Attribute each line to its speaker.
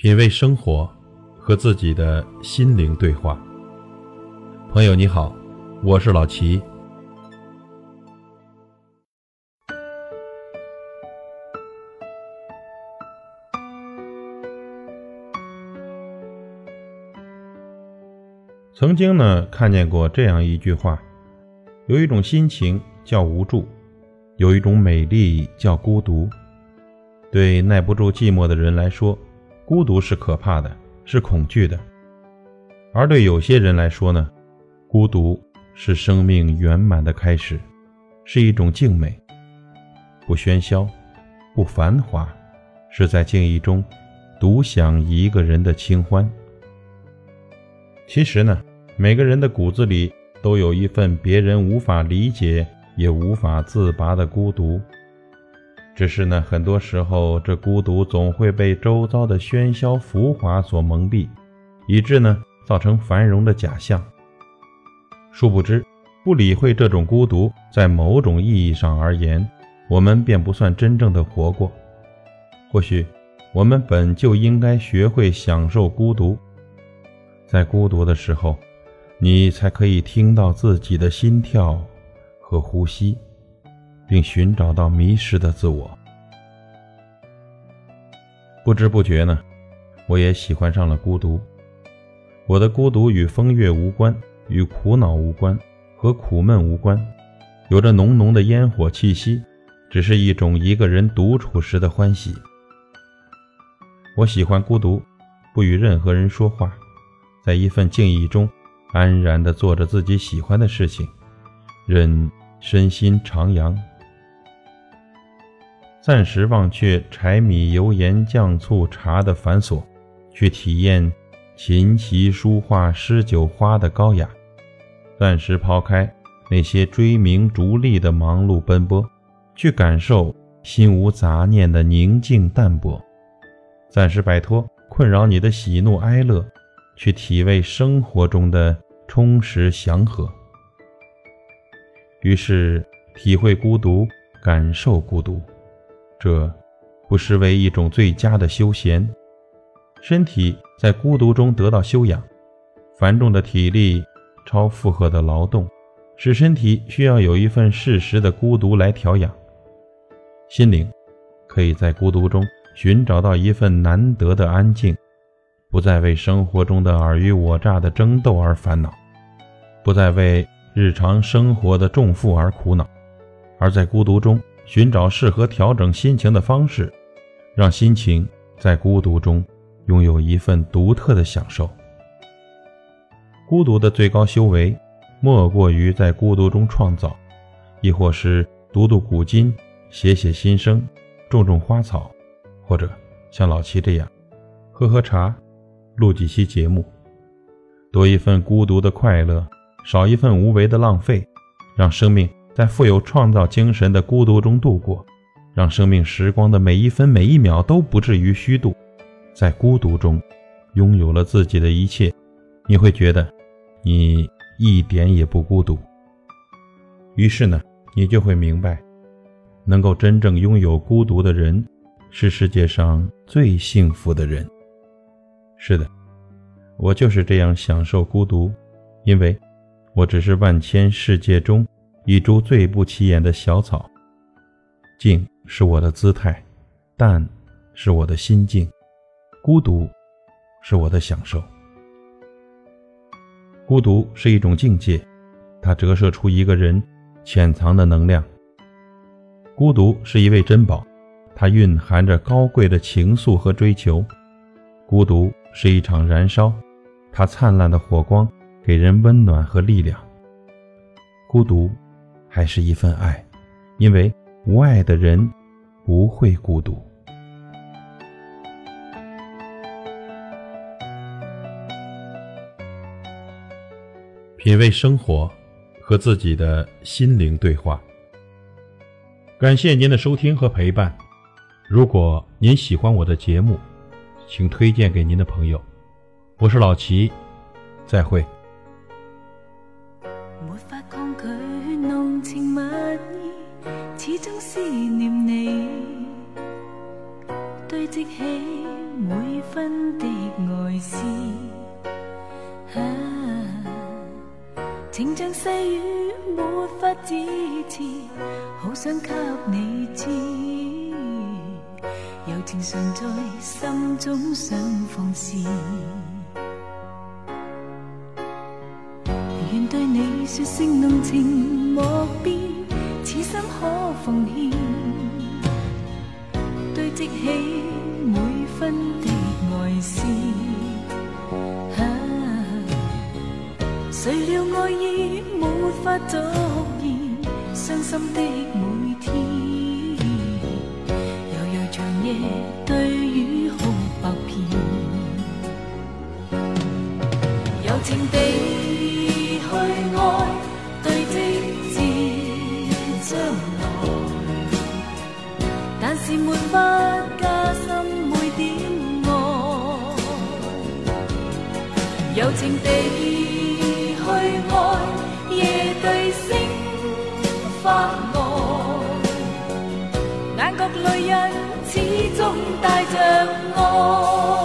Speaker 1: 品味生活，和自己的心灵对话。朋友你好，我是老齐。曾经呢，看见过这样一句话，有一种心情叫无助，有一种美丽叫孤独。对耐不住寂寞的人来说，孤独是可怕的，是恐惧的。而对有些人来说呢，孤独是生命圆满的开始，是一种静美，不喧嚣，不繁华，是在静意中独享一个人的清欢。其实呢，每个人的骨子里都有一份别人无法理解也无法自拔的孤独，只是呢，很多时候这孤独总会被周遭的喧嚣浮华所蒙蔽，以致呢造成繁荣的假象。殊不知，不理会这种孤独，在某种意义上而言，我们便不算真正的活过。或许我们本就应该学会享受孤独，在孤独的时候，你才可以听到自己的心跳和呼吸，并寻找到迷失的自我。不知不觉呢，我也喜欢上了孤独。我的孤独与风月无关，与苦恼无关，和苦闷无关，有着浓浓的烟火气息，只是一种一个人独处时的欢喜。我喜欢孤独，不与任何人说话，在一份静意中安然地做着自己喜欢的事情，任身心徜徉。暂时忘却柴米油盐酱醋茶的繁琐，去体验琴棋书画诗酒花的高雅。暂时抛开那些追名逐利的忙碌奔波，去感受心无杂念的宁静淡泊。暂时摆脱困扰你的喜怒哀乐，去体味生活中的充实祥和。于是体会孤独，感受孤独，这不失为一种最佳的休闲。身体在孤独中得到休养，繁重的体力，超负荷的劳动，使身体需要有一份适时的孤独来调养。心灵可以在孤独中寻找到一份难得的安静，不再为生活中的尔虞我诈的争斗而烦恼，不再为日常生活的重负而苦恼，而在孤独中寻找适合调整心情的方式，让心情在孤独中拥有一份独特的享受。孤独的最高修为，莫过于在孤独中创造，亦或是读读古今，写写心声，种种花草，或者像老七这样喝喝茶，录几期节目。多一份孤独的快乐，少一份无为的浪费，让生命在富有创造精神的孤独中度过，让生命时光的每一分每一秒都不至于虚度。在孤独中拥有了自己的一切，你会觉得你一点也不孤独。于是呢，你就会明白，能够真正拥有孤独的人，是世界上最幸福的人。是的，我就是这样享受孤独，因为我只是万千世界中一株最不起眼的小草。静是我的姿态，淡是我的心境，孤独是我的享受。孤独是一种境界，它折射出一个人潜藏的能量。孤独是一味珍宝，它蕴含着高贵的情愫和追求。孤独是一场燃烧，它灿烂的火光给人温暖和力量。孤独还是一份爱，因为无爱的人不会孤独。品味生活，和自己的心灵对话。感谢您的收听和陪伴。如果您喜欢我的节目，请推荐给您的朋友。我是老齐，再会。
Speaker 2: 没法抗拒浓情蜜意，始终思念你，堆积起每分的愛思。情像細雨沒法支持，好想給你知，柔情常在心中想放肆。願對你說聲濃情莫變，此心可奉獻，堆積起每分的愛思。誰料愛意沒法續言，傷心的每天，悠悠長夜對雨哭百遍，柔情地去愛，堆積至將來，但是沒法加深每點愛，柔情地去愛，夜對星發呆，眼角淚印始終帶着愛。